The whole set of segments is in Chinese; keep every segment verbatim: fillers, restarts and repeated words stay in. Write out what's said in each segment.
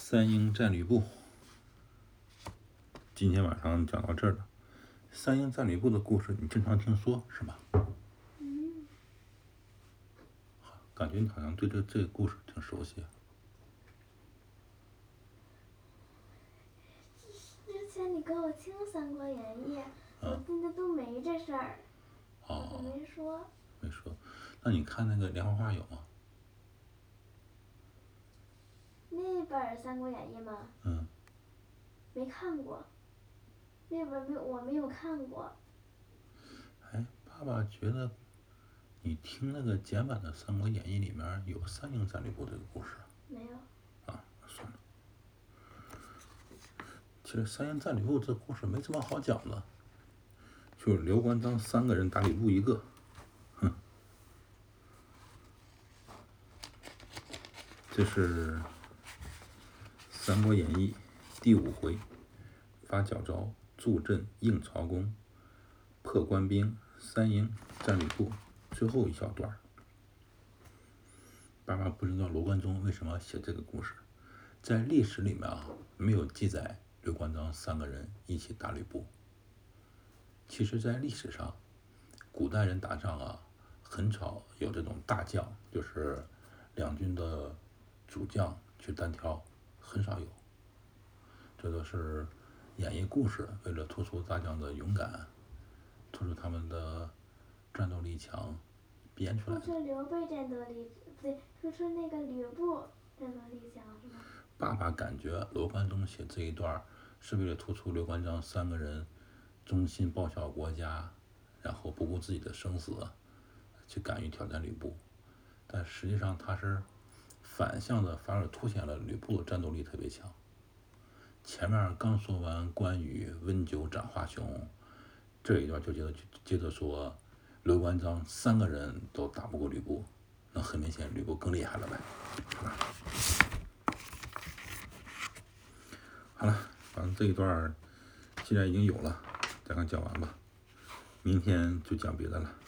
三英战吕布，今天晚上讲到这儿了。三英战吕布的故事你经常听说是吧？ 嗯， 感觉你好像对这这个故事挺熟悉。 之前你给我听《三国演义》，我听的都没这事儿，我就没说。 没说。那你看那个连环画有吗？ 那本《三国演义》吗？ 嗯。 没看过。那本没我没有看过。 哎，爸爸觉得你听那个简版的《三国演义》里面有三英战吕布这个故事。 没有。 啊，算了。其实三英战吕布这故事没什么好讲的，就是刘关张三个人打吕布一个。哼。这是《三国演义》第五回，发脚招，助阵应曹公，破官兵，三英战吕布最后一小段。爸爸不知道罗贯中为什么写这个故事，在历史里面啊，没有记载刘关张三个人一起打吕布。其实，在历史上，古代人打仗啊，很少有这种大将，就是两军的主将去单挑，很少有。这都是演绎故事，为了突出大将的勇敢，突出他们的战斗力强，编出来的。 突出刘备战斗力，不对，突出那个吕布战斗力强是吗？ 爸爸感觉罗贯中写这一段是为了突出刘关张三个人忠心报效国家，然后不顾自己的生死，去敢于挑战吕布。但实际上他是反向的，反而凸显了吕布的战斗力特别强。前面刚说完关羽温酒斩华雄，这一段就接着接着说刘关张三个人都打不过吕布，那很明显吕布更厉害了呗，是吧？好了，反正这一段既然已经有了，咱刚讲完吧，明天就讲别的了。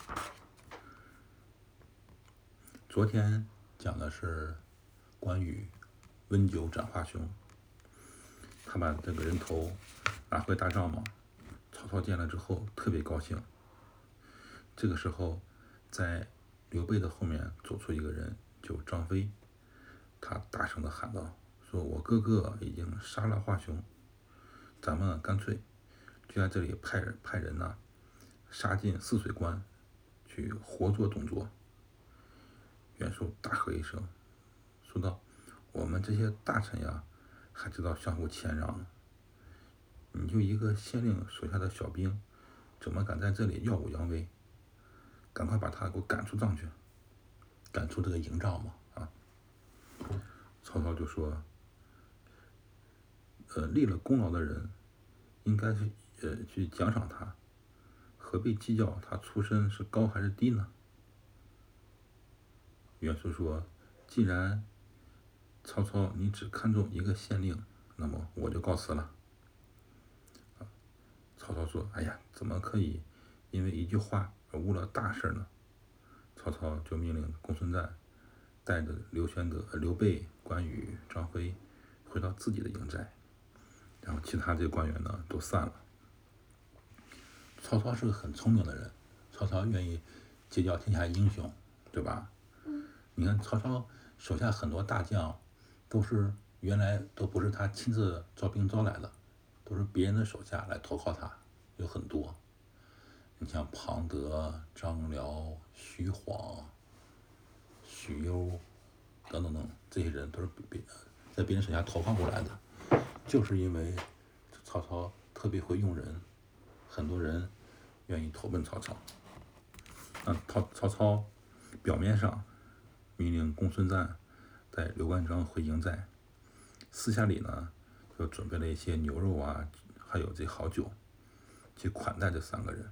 昨天讲的是关羽温酒斩华雄，他把这个人头拿回大帐嘛，曹操见了之后特别高兴。这个时候，在刘备的后面走出一个人，就张飞，他大声的喊道：“说我哥哥已经杀了华雄，咱们干脆就在这里派人派人呐、啊，杀进泗水关，去活捉董卓。”袁术大喝一声，说道：“我们这些大臣呀，还知道相互谦让，你就一个县令手下的小兵，怎么敢在这里耀武扬威？赶快把他给我赶出帐去，赶出这个营帐嘛！”啊，曹操就说：“呃，立了功劳的人，应该是呃去奖赏他，何必计较他出身是高还是低呢？”袁术说：“既然曹操你只看重一个县令，那么我就告辞了。”曹操说：“哎呀，怎么可以因为一句话而误了大事呢？”曹操就命令公孙瓒带着刘玄德、刘备、关羽、张飞回到自己的营寨，然后其他这些官员呢都散了。曹操是个很聪明的人，曹操愿意结交天下英雄，对吧？ 嗯。 你看曹操手下很多大将，都是原来都不是他亲自招兵招来的，都是别人的手下来投靠他，有很多。你像庞德、张辽、徐晃、许攸等等等这些人，都是别在别人手下投靠过来的，就是因为曹操特别会用人，很多人愿意投奔曹操。那曹曹操表面上命令公孙瓒带刘关张回营寨，私下里呢就准备了一些牛肉啊，还有这好酒，去款待这三个人。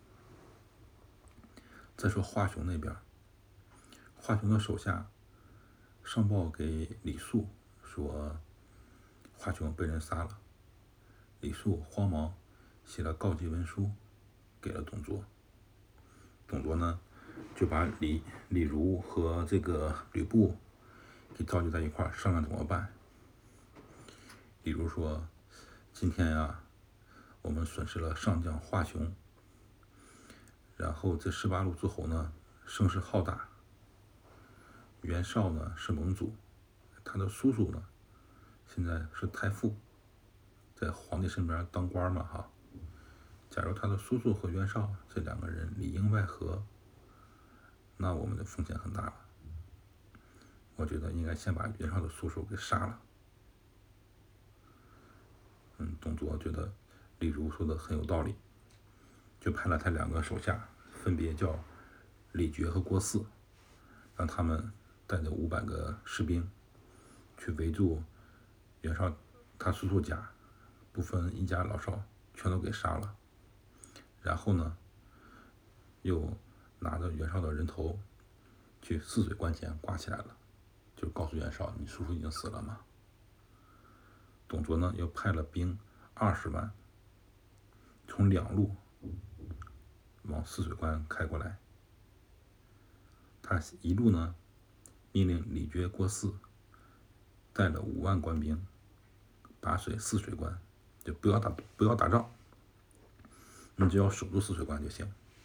再说华雄那边，华雄的手下上报给李肃说华雄被人杀了，李肃慌忙写了告急文书给了董卓。董卓呢就把李李儒和这个吕布给召集在一块儿商量怎么办。 比如说，今天呀，我们损失了上将华雄，然后这十八路诸侯呢，声势浩大。袁绍呢是盟主，他的叔叔呢，现在是太傅，在皇帝身边当官嘛哈。假如他的叔叔和袁绍这两个人里应外合，那我们的风险很大了。我觉得应该先把袁绍的叔叔给杀了。嗯，董卓觉得李儒说的很有道理，就派了他两个手下，分别叫李傕和郭汜，让他们带着五百个士兵去围住袁绍他叔叔家，不分一家老少，全都给杀了。然后呢，又拿着袁绍的人头去泗水关前挂起来了，就告诉袁绍，你叔叔已经死了嘛。董卓呢，又派了兵二十万，从两路往泗水关开过来。他一路呢，命令李傕、郭汜带了五万官兵把守泗水关，就不要打不要打仗，你只要守住泗水关就行。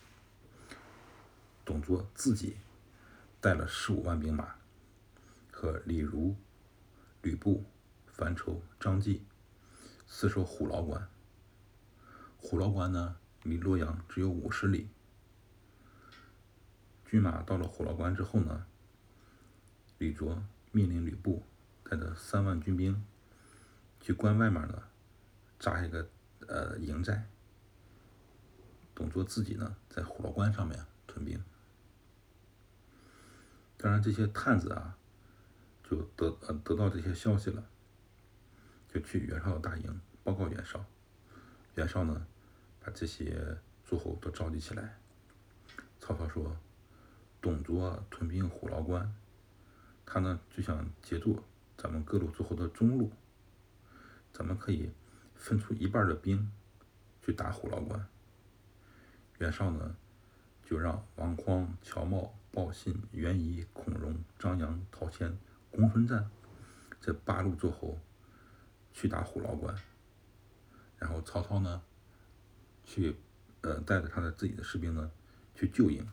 董卓自己带了十五万兵马，和李儒、吕布、樊稠、张济死守虎牢关。虎牢关呢，离洛阳只有五十里。军马到了虎牢关之后呢，李卓命令吕布带着三万军兵去关外面呢扎一个呃营寨。董卓自己呢在虎牢关上面屯兵。当然这些探子啊，就得呃得到这些消息了，就去袁绍的大营报告袁绍。袁绍呢，把这些诸侯都召集起来。曹操说，董卓屯兵虎牢关，他呢就想截住咱们各路诸侯的中路，咱们可以分出一半的兵去打虎牢关。袁绍呢，就让王匡、乔瑁、鲍信、袁仪、孔融、张扬、陶谦、公孙瓒这八路诸侯去打虎牢关，然后曹操呢，去呃带着他的自己的士兵呢去救营。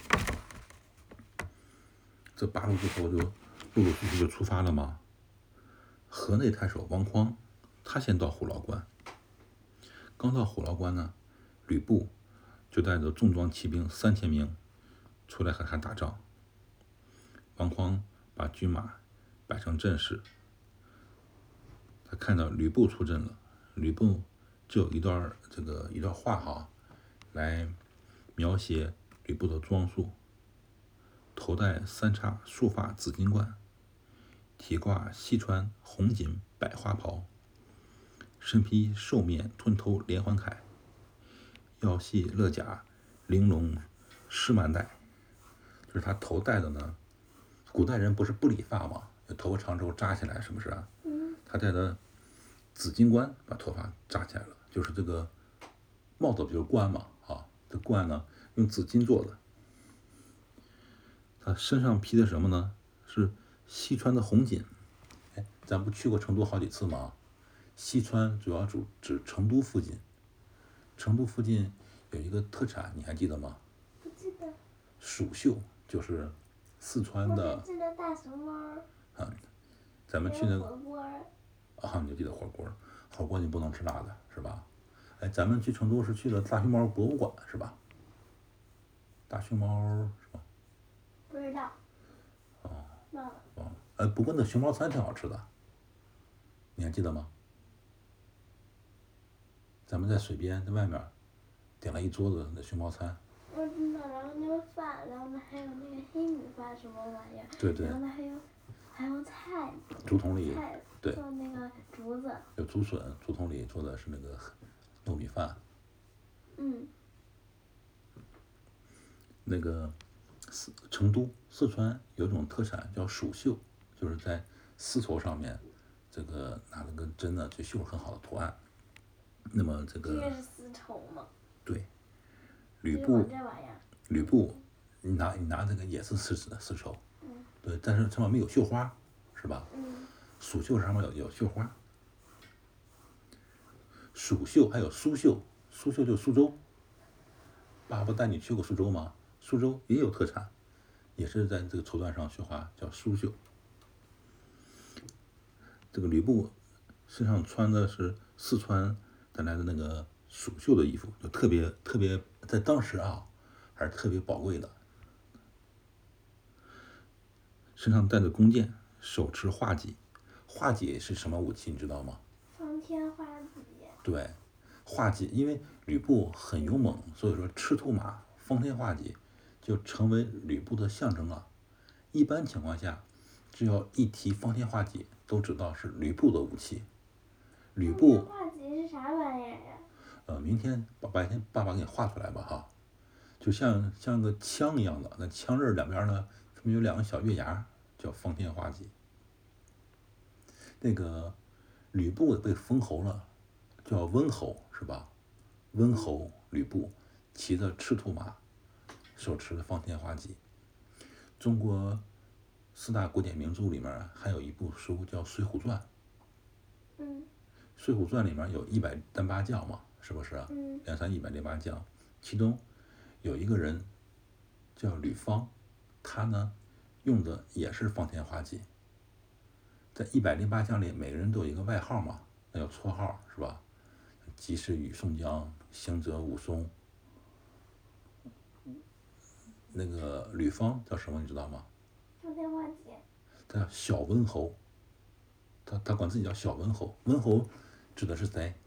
这八路诸侯就陆陆续续就出发了嘛。河内太守王匡，他先到虎牢关。刚到虎牢关呢，吕布就带着重装骑兵三千名出来和他打仗。王匡把军马摆成阵势，他看到吕布出阵了，吕布就有一段这个一段话哈，来描写吕布的装束。头戴三叉束发紫金冠，体挂细穿红锦百花袍，身披兽面吞头连环铠，腰系勒甲玲珑狮满带。就是他头戴的呢，古代人不是不理发吗？头发长之后扎起来，是不是啊？他戴的紫金冠，把头发扎起来了，就是这个帽子就是冠嘛，啊，这冠呢用紫金做的。他身上披的什么呢？是西川的红锦。哎，咱不去过成都好几次吗？西川主要指指成都附近。成都附近有一个特产，你还记得吗？ 不记得。 蜀绣，就是四川的。 我只记得大熊猫。 啊，咱们去那个。 火锅。 啊，你就记得火锅，火锅你不能吃辣的，是吧？哎，咱们去成都是去了大熊猫博物馆，是吧？大熊猫是吧？ 不知道。 哦。 忘了。 忘了。哎，不过那熊猫餐挺好吃的，你还记得吗？咱们在水边，在外面点了一桌子那熊猫餐。 我知道，然后那个饭，然后呢还有那个黑米饭什么玩意儿。 对对。 然后呢还有还有菜。 竹筒里。 菜。 对。 做那个竹子。 有竹笋，竹筒里做的是那个糯米饭。 嗯。 那个四成都四川有一种特产叫蜀绣，就是在丝绸上面，这个拿了个针呢，就绣很好的图案。那么这个。 这个是丝绸吗？ 对。吕布。 这玩意儿。 吕布，你拿你拿这个也是丝的丝绸。 嗯。 对，但是上面没有绣花，是吧？ 嗯。 蜀绣上面有有绣花。 蜀绣还有苏绣，苏绣就是苏州。爸爸带你去过苏州吗？苏州也有特产，也是在这个绸缎上绣花，叫苏绣。这个吕布身上穿的是四川带来的那个蜀绣的衣服，就特别特别，在当时啊还是特别宝贵的。身上带着弓箭，手持画戟。画戟是什么武器你知道吗？ 方天画戟。 对，画戟，因为吕布很勇猛，所以说赤兔马、方天画戟就成为吕布的象征了。一般情况下，只要一提方天画戟，都知道是吕布的武器。吕布。 方天画戟是啥玩意儿呀？ 呃，明天把白天爸爸给你画出来吧哈，就像像个枪一样的，那枪刃两边呢，分别有两个小月牙，叫方天画戟。那个吕布被封侯了，叫温侯是吧？温侯吕布骑着赤兔马，手持的方天画戟。中国四大古典名著里面还有一部书叫《水浒传》。 嗯。 《水浒传》里面有一百单八将嘛，是不是？ 嗯。 梁山一百零八将，其中有一个人叫吕方，他呢用的也是方天画戟。在一百零八将里，每个人都有一个外号嘛，那叫绰号是吧？及时雨宋江，行者武松。那个吕方叫什么你知道吗？ 方天画戟。 他叫小温侯，他他管自己叫小温侯。温侯指的是谁？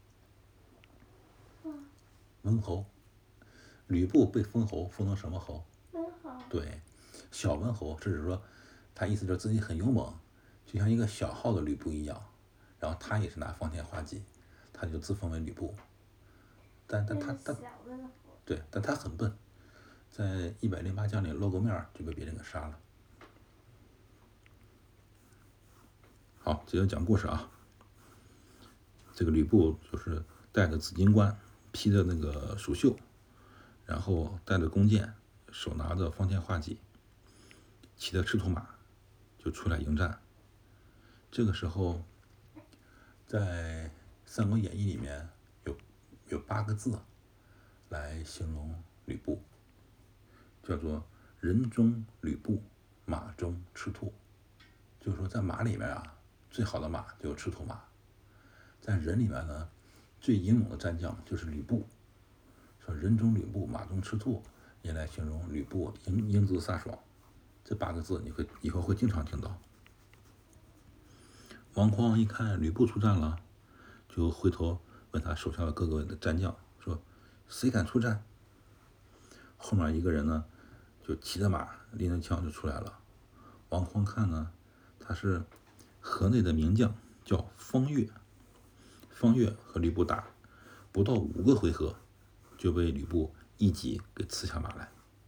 嗯。 温侯。吕布被封侯，封成什么侯？ 温侯。 对，小温侯，这是说他意思就是自己很勇猛，就像一个小号的吕布一样。然后他也是拿方天画戟，他就自封为吕布。但但他他对，但他很笨，在一百零八将里露个面就被别人给杀了。好，接着讲故事啊。这个吕布就是带着紫金冠，披着那个蜀绣，然后带着弓箭，手拿着方天画戟，骑着赤兔马就出来迎战。这个时候，在《三国演义》里面有有八个字来形容吕布，叫做人中吕布，马中赤兔。就是说，在马里面啊，最好的马就是赤兔马。在人里面呢，最英勇的战将就是吕布。说人中吕布，马中赤兔，也来形容吕布英英姿飒爽。这八个字你会以后会经常听到。王匡一看吕布出战了，就回头问他手下的各个的战将说：“谁敢出战？”后面一个人呢，就骑着马，拎着枪就出来了。王匡看呢，他是河内的名将，叫方悦。方悦和吕布打，不到五个回合，就被吕布一戟给刺下马来。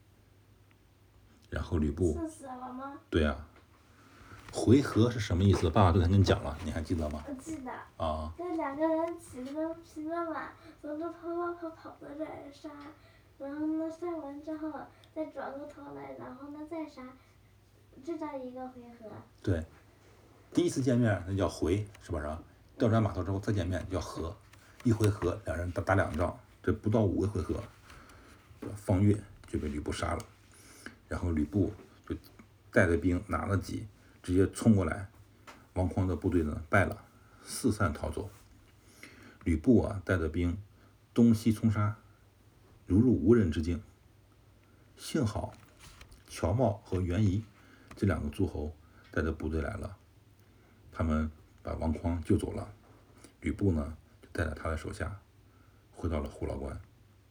然后吕布刺死了吗？ 对啊。回合是什么意思？爸爸都跟你讲了，你还记得吗？ 我记得。 啊。 就两个人骑着骑着马，从这跑跑跑跑到这儿杀，然后呢杀完之后再转过头来，然后呢再杀，就这一个回合。 对，第一次见面那叫回，是不是？调转马头之后再见面叫和，一回合两人打打两仗，这不到五个回合，方悦就被吕布杀了。然后吕布就带着兵拿着戟直接冲过来，王匡的部队呢败了，四散逃走。吕布啊带着兵东西冲杀，如入无人之境。幸好乔瑁和袁仪这两个诸侯带着部队来了，他们把王匡救走了。吕布呢就带着他的手下回到了虎牢关。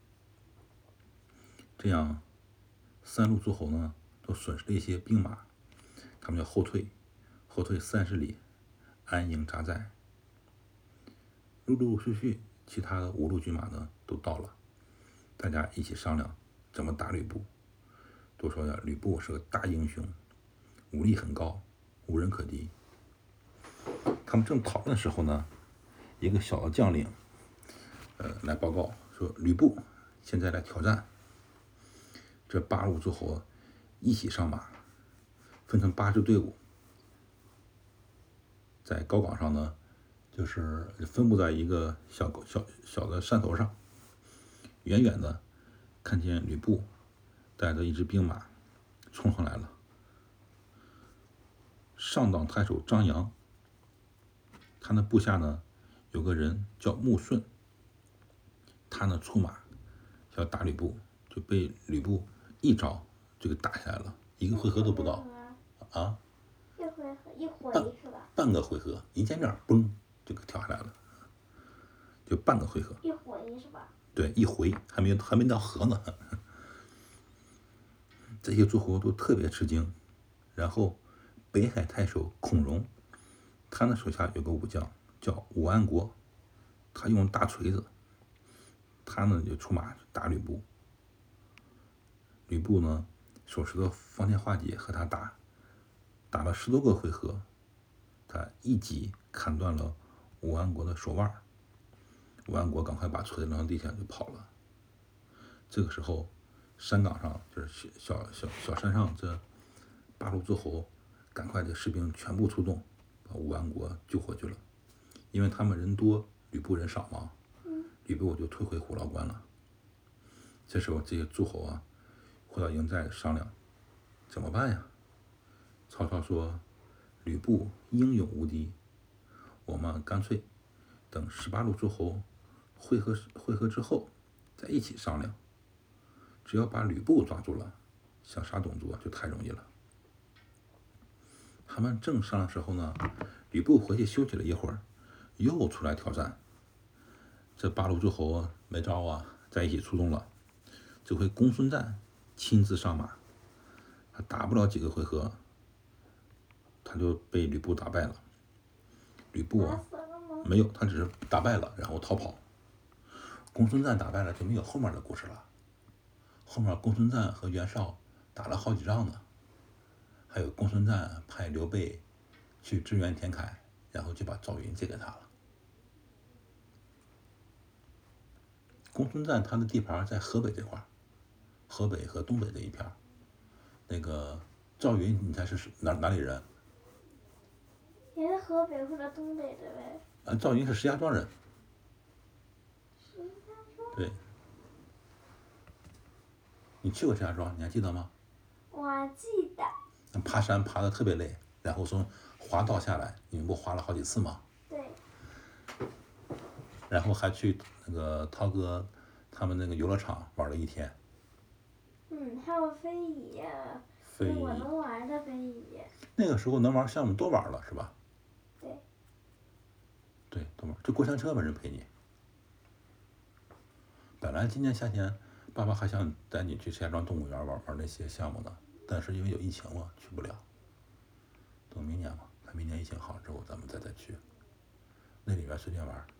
这样三路诸侯呢都损失了一些兵马，他们要后退，后退三十里，安营扎寨。陆陆续续其他的五路军马呢都到了，大家一起商量怎么打吕布。都说呀，吕布是个大英雄，武力很高，无人可敌。他们正讨论的时候呢，一个小的将领呃来报告说，吕布现在来挑战。这八路诸侯一起上马，分成八支队伍，在高岗上呢就是分布在一个小小小的山头上，远远的看见吕布带着一支兵马冲上来了。上党太守张扬，他那部下呢有个人叫穆顺，他呢出马要打吕布，就被吕布一招就给打下来了，一个回合都不到啊， 一回合一回是吧？ 半个回合，一见面嘣就给跳下来了，就半个回合。 一回是吧？ 对，一回还没还没到合呢。这些诸侯都特别吃惊。然后北海太守孔融，他那手下有个武将叫武安国，他用大锤子，他呢就出马打吕布。吕布呢手持的方天画戟和他打，打了十多个回合，他一戟砍断了武安国的手腕。武安国赶快把锤子扔到地下就跑了。这个时候，山岗上就是小小小山上这八路诸侯，赶快的士兵全部出动，把武安国救回去了。因为他们人多，吕布人少嘛，吕布就退回虎牢关了。这时候这些诸侯啊，回到营寨商量怎么办呀？曹操说：“吕布英勇无敌，我们干脆等十八路诸侯会合会合之后，再一起商量。只要把吕布抓住了，想杀董卓就太容易了。”他们正商量时候呢，吕布回去休息了一会儿，又出来挑战。这八路诸侯没招啊，在一起出动了。这回公孙瓒亲自上马，他打不了几个回合，他就被吕布打败了。吕布啊，没有，他只是打败了，然后逃跑。公孙瓒打败了就没有后面的故事了。后面公孙瓒和袁绍打了好几仗呢，还有公孙瓒派刘备去支援田凯，然后就把赵云借给他了。公孙瓒他的地盘在河北这块，河北和东北这一片。那个赵云，你猜是哪哪里人？ 也是河北或者东北的呗。 啊，赵云是石家庄人。 石家庄。 对。你去过石家庄，你还记得吗？ 我记得。 爬山爬得特别累，然后从滑道下来，你们不滑了好几次吗？ 对。 然后还去那个涛哥他们那个游乐场玩了一天。 嗯，还有飞椅， 飞椅， 我能玩的飞椅。 那个时候能玩项目多玩了，是吧？ 对。 对，多玩，就过山车没人陪你。本来今年夏天，爸爸还想带你去石家庄动物园玩玩那些项目呢，但是因为有疫情了，去不了。等明年吧，看明年疫情好之后，咱们再再去。那里边随便玩。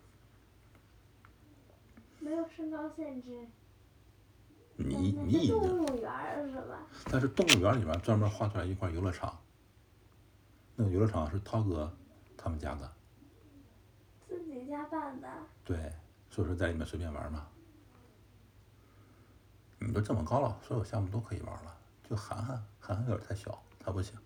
没有身高限制。 你你已经动物园是吧？ 但是动物园里面专门划出来一块游乐场，那个游乐场是涛哥他们家的。 自己家办的。 对，所以说在里面随便玩嘛。你都这么高了，所有项目都可以玩了，就涵涵，涵涵有点太小，他不行。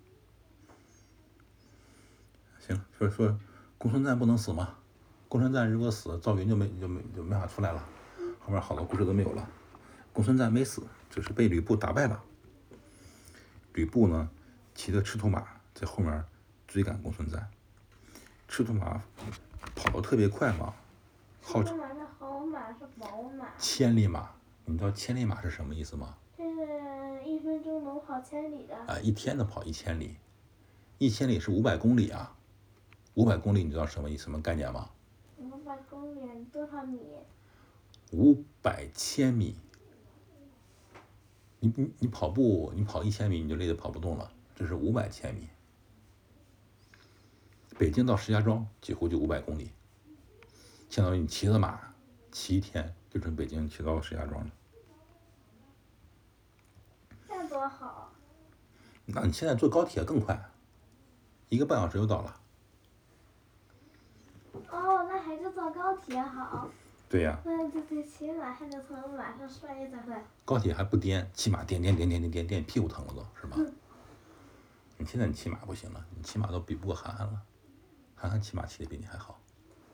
行，所以说公孙瓒不能死嘛，公孙瓒如果死，赵云就没就没就没法出来了，后面好多故事都没有了。公孙瓒没死，只是被吕布打败了。吕布呢，骑着赤兔马在后面追赶公孙瓒。赤兔马跑得特别快嘛，号称马是好马是宝马。 千里马，你知道千里马是什么意思吗？ 就是一分钟能跑千里的。 啊，一天能跑一千里，一千里是五百公里啊，五百公里你知道什么意什么概念吗？ 五百公里多少米？ 五百千米。你你你跑步，你跑一千米你就累得跑不动了，这是五百千米。北京到石家庄几乎就五百公里，相当于你骑着马骑一天就从北京骑到石家庄了。 那多好。 那你现在坐高铁更快，一个半小时就到了。 哦，那还是坐高铁好。 对呀、啊。 那这这骑马还能从马上摔下来。 高铁还不颠，骑马颠颠颠颠颠颠颠，屁股疼了都，是吧？嗯、你现在你骑马不行了，你骑马都比不过涵涵了，涵涵骑马骑得比你还好。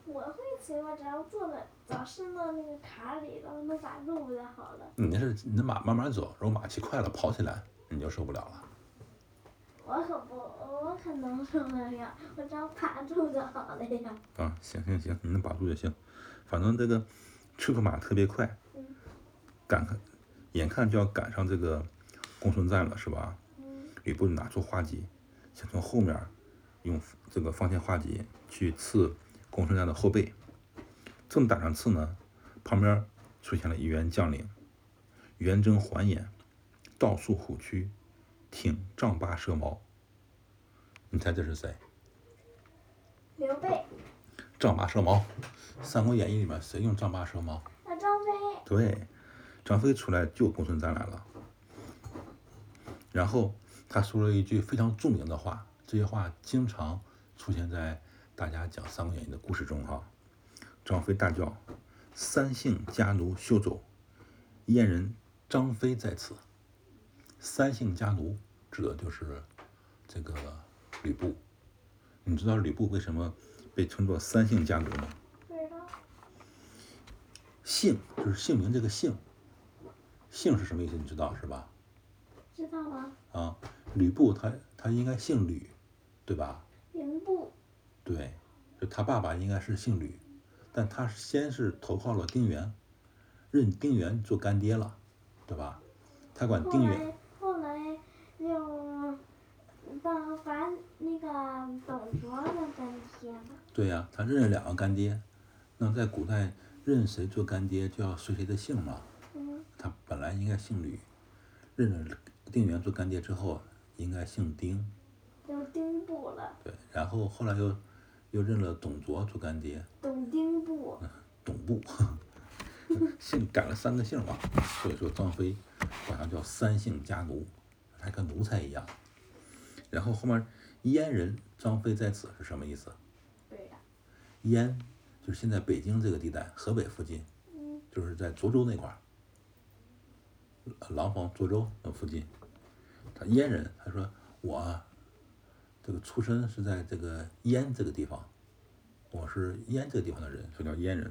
我会骑，我只要坐在早伸到那个坎儿里，然后能把住就好了。 你是你的马慢慢走，如果马骑快了跑起来，你就受不了了。 我可不，我可能受得了，我只要把住就好了呀。 啊，行行行，你能把住就行，反正这个赤兔马特别快， 嗯赶看，眼看就要赶上这个公孙瓒了，是吧？ 嗯吕布拿出画戟，想从后面用这个方天画戟去刺公孙瓒的后背。正打算刺呢，旁边出现了一员将领，圆睁环眼，倒竖虎躯，挺丈八蛇矛。你猜这是谁？ 刘备。 丈八蛇矛，《三国演义》里面谁用丈八蛇矛？ 那张飞。 对，张飞出来救公孙瓒来了。然后他说了一句非常著名的话，这些话经常出现在大家讲《三国演义》的故事中哈。张飞大叫：“三姓家奴休走，燕人张飞在此。”三姓家奴指的就是这个吕布。你知道吕布为什么被称作三姓家奴吗？ 不知道。 姓就是姓名这个姓，姓是什么意思？你知道是吧？ 知道吗？ 啊，吕布他他应该姓吕，对吧？ 名布。 对，就他爸爸应该是姓吕，但他先是投靠了丁原，认丁原做干爹了，对吧？他管丁原。 后来，后来就把把那个董卓的干爹了。 对呀、啊，他认了两个干爹，那在古代认谁做干爹就要随谁的姓嘛。 嗯。 他本来应该姓吕，认了丁原做干爹之后，应该姓丁。 就丁布了。 对，然后后来又又认了董卓做干爹。 董丁布。 董布，姓改了三个姓嘛，所以说张飞管他叫三姓家奴，还跟奴才一样。然后后面燕人张飞在此是什么意思？ 对呀。 燕就是现在北京这个地带，河北附近， 嗯。 就是在涿州那块儿，廊坊、涿州那附近。他燕人，他说我啊这个出身是在这个燕这个地方，我是燕这个地方的人，所以叫燕人。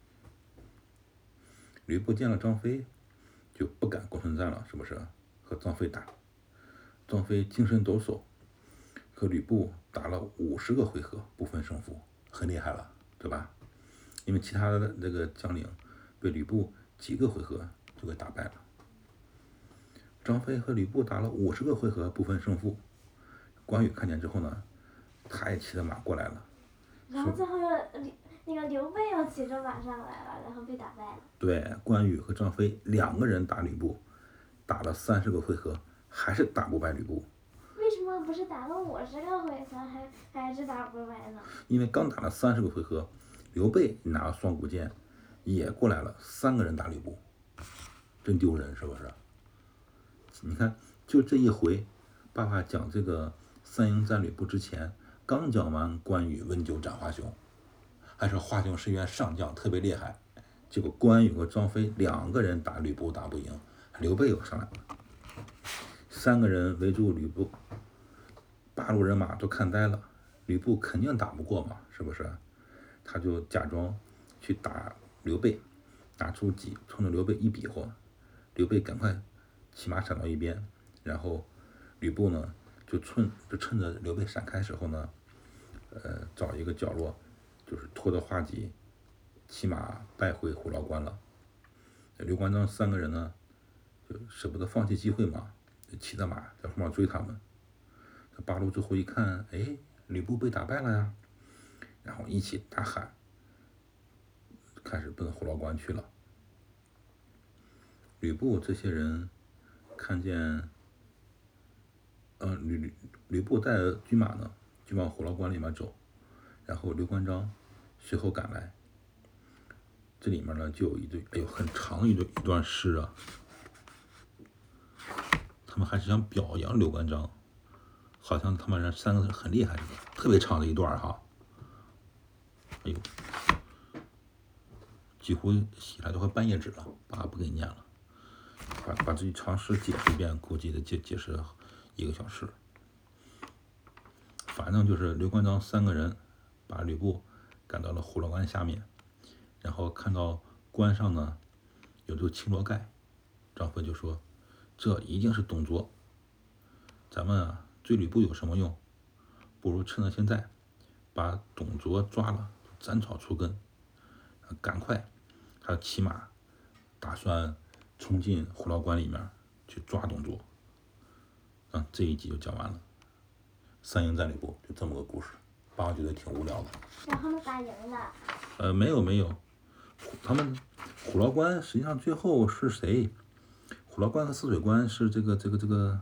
吕布见了张飞，就不敢公孙瓒了，是不是？和张飞打，张飞精神抖擞，和吕布打了五十个回合，不分胜负，很厉害了，对吧？因为其他的这个将领被吕布几个回合就给打败了。张飞和吕布打了五十个回合，不分胜负。关羽看见之后呢，他也骑着马过来了。 然后最后又那个刘备又骑着马上来了，然后被打败了。 对，关羽和张飞两个人打吕布，打了三十个回合，还是打不败吕布。 为什么不是打了五十个回合还还是打不败呢？ 因为刚打了三十个回合，刘备拿了双股剑，也过来了，三个人打吕布，真丢人，是不是？你看，就这一回，爸爸讲这个三英战吕布之前，刚讲完关羽温酒斩华雄，还说华雄是员上将，特别厉害。结果关羽和张飞两个人打吕布打不赢，刘备又上来了，三个人围住吕布，八路人马都看呆了，吕布肯定打不过嘛，是不是？他就假装去打刘备，拿出戟冲着刘备一比划，刘备赶快骑马闪到一边，然后吕布呢就趁就趁着刘备闪开时候呢，呃，找一个角落，就是拖着画戟，骑马败回虎牢关了。刘关张三个人呢，就舍不得放弃机会嘛，就骑着马在后面追他们。这八路之后一看，哎，吕布被打败了呀，然后一起大喊，开始奔虎牢关去了。吕布这些人看见，呃，吕吕吕布带着军马呢，就往虎牢关里面走，然后刘关张随后赶来。这里面呢就有一对，哎呦，很长一段一段诗啊。他们还是想表扬刘关张，好像他们这三个很厉害似的，特别长的一段哈。哎呦，几乎写来都快半页纸了，爸不给你念了，把把这一长诗解释一遍，估计得解解释一个小时。反正就是刘关张三个人把吕布赶到了虎牢关下面，然后看到关上呢有这个青罗盖，张飞就说：“这一定是董卓。咱们啊追吕布有什么用？不如趁着现在把董卓抓了，斩草除根，赶快。”他骑马打算冲进虎牢关里面去抓董卓。啊，这一集就讲完了。三英战吕布就这么个故事，爸爸觉得挺无聊的。 然后呢，打赢了。 呃，没有没有，他们虎牢关实际上最后是谁？虎牢关和汜水关是这个这个这个，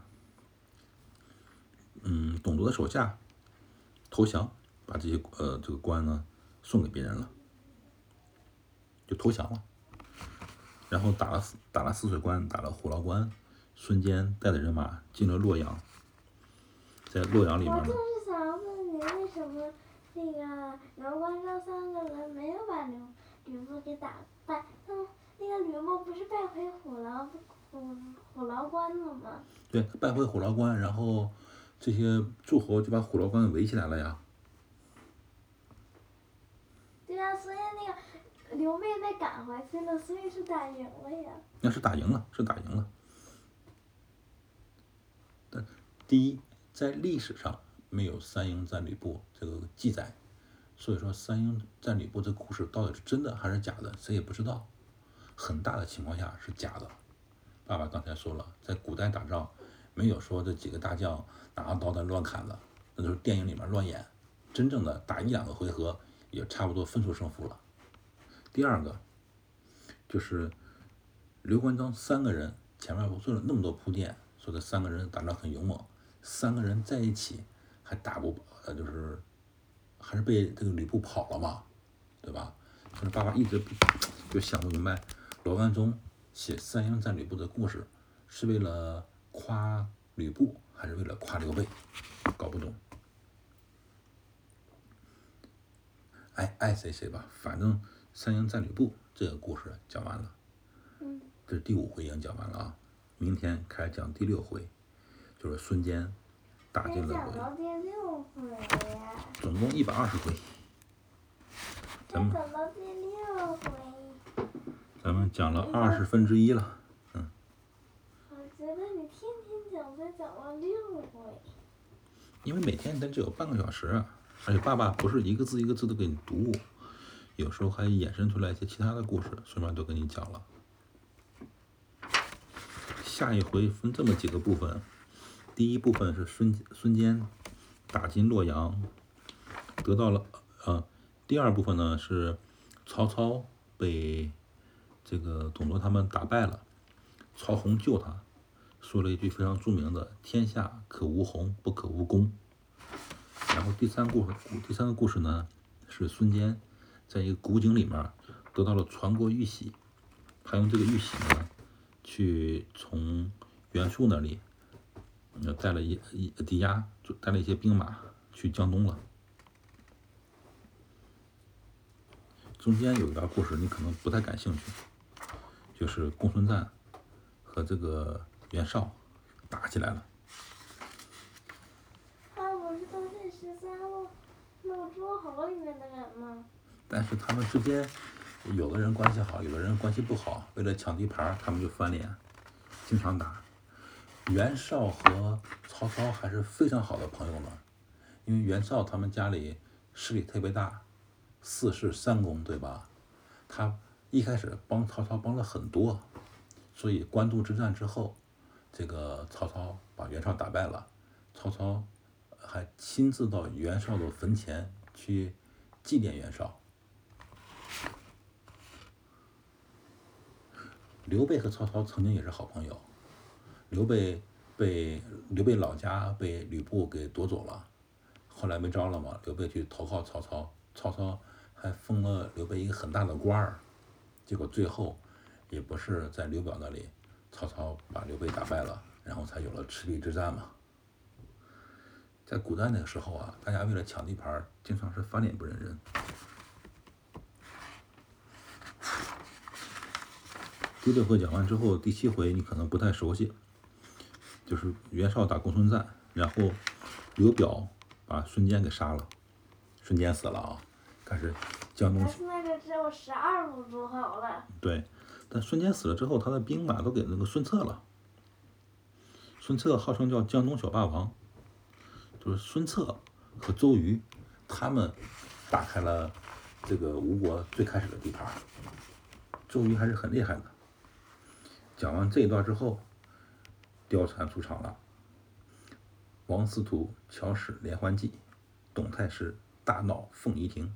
嗯，董卓的手下投降，把这些呃这个关呢送给别人了，就投降了。然后打了打了汜水关，打了虎牢关，孙坚带着人马进了洛阳，在洛阳里面呢。 我就是想问你，为什么那个刘关张三个人没有把刘吕布给打败？他们那个吕布不是败回虎牢虎虎牢关了吗？ 对，败回虎牢关，然后这些诸侯就把虎牢关围起来了呀。 对呀、啊，所以那个刘备被赶回去了，所以是打赢了呀。 那是打赢了，是打赢了。但第一，在历史上没有三英战吕布这个记载，所以说三英战吕布这个故事到底是真的还是假的，谁也不知道。很大的情况下是假的。爸爸刚才说了，在古代打仗，没有说这几个大将拿着刀在乱砍的，那都是电影里面乱演。真正的打一两个回合，也差不多分出胜负了。第二个，就是刘关张三个人前面我做了那么多铺垫，说这三个人打仗很勇猛，三个人在一起还打不呃就是还是被这个吕布跑了嘛，对吧？可是爸爸一直就想不明白，罗贯中写三英战吕布的故事是为了夸吕布还是为了夸刘备，搞不懂。爱爱谁谁吧，反正三英战吕布这个故事讲完了。 嗯。 这是第五回已经讲完了啊，明天开始讲第六回，就是孙坚打进了。 讲到第六回呀。 总共一百二十回。咱们讲到第六回。 咱们讲了二十分之一了，嗯。 我觉得你天天讲才讲了六回。 因为每天咱只有半个小时，而且爸爸不是一个字一个字的给你读，有时候还衍生出来一些其他的故事，顺便都跟你讲了。下一回分这么几个部分，第一部分是孙孙坚打进洛阳，得到了呃，第二部分呢是曹操被这个董卓他们打败了，曹洪救他，说了一句非常著名的“天下可无洪，不可无公”。然后第三故事，第三个故事呢是孙坚在一个古井里面得到了传国玉玺，他用这个玉玺呢去从袁术那里呃带了一一抵押，带了一些兵马去江东了。中间有一段故事你可能不太感兴趣，就是公孙瓒和这个袁绍打起来了。 他不是都是十三路路诸侯里面的人吗？ 但是他们之间有的人关系好，有的人关系不好，为了抢地盘他们就翻脸，经常打。袁绍和曹操还是非常好的朋友呢，因为袁绍他们家里势力特别大，四世三公，对吧？他一开始帮曹操帮了很多，所以官渡之战之后，这个曹操把袁绍打败了，曹操还亲自到袁绍的坟前去祭奠袁绍。刘备和曹操曾经也是好朋友，刘备被刘备老家被吕布给夺走了，后来没招了嘛，刘备去投靠曹操，曹操还封了刘备一个很大的官儿，结果最后也不是在刘表那里，曹操把刘备打败了，然后才有了赤壁之战嘛。在古代那个时候啊，大家为了抢地盘，经常是翻脸不认人。第六回讲完之后，第七回你可能不太熟悉，就是袁绍打公孙瓒，然后刘表把孙坚给杀了，孙坚死了啊， 但是江东但是那个只有十二路诸侯了。 对，但孙坚死了之后，他的兵马都给那个孙策了。孙策号称叫江东小霸王，就是孙策和周瑜他们打开了这个吴国最开始的地盘。周瑜还是很厉害的。讲完这一段之后，貂蝉出场了。王司徒巧使连环计，董太师大闹凤仪亭。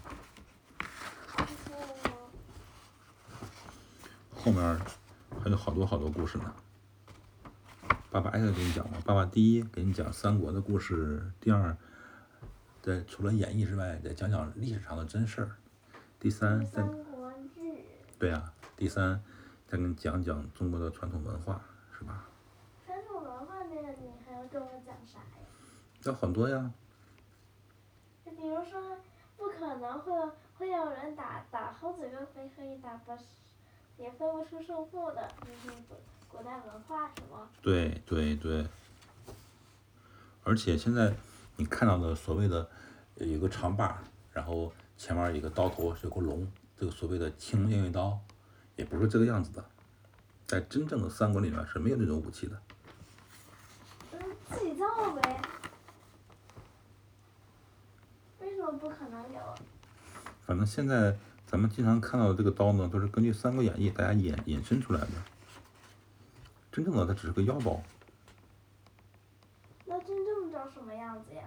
后面还有好多好多故事呢。爸爸挨个给你讲吧。爸爸第一给你讲三国的故事，第二，在除了演义之外，再讲讲历史上的真事儿。第三，再三国志。 对呀、啊，第三再给你讲讲中国的传统文化，是吧？ 传统文化那个你还要跟我讲啥呀？ 有很多呀。 就比如说，不可能会会有人打打好几个回合一打不是，也分不出胜负的，就是古古代文化是吗？ 对对对。而且现在你看到的所谓的有个长把，然后前面有一个刀头，有个龙，这个所谓的青龙偃月刀，也不是这个样子的。在真正的三国里面是没有那种武器的。 嗯，自己造呗。为什么不可能有？ 反正现在咱们经常看到的这个刀呢，都是根据《三国演义》大家引引申出来的。真正的它只是个腰刀。 那真正长什么样子呀？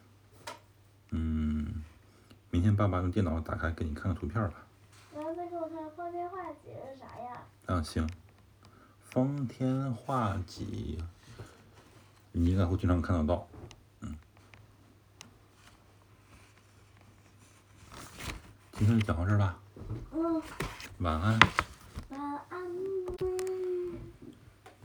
嗯，明天爸爸用电脑打开给你看看图片吧。 然后再给我看方天画戟是啥呀？ 啊，行。方天画戟，你应该会经常看得到。嗯。今天就讲到这儿吧。 嗯。 晚安。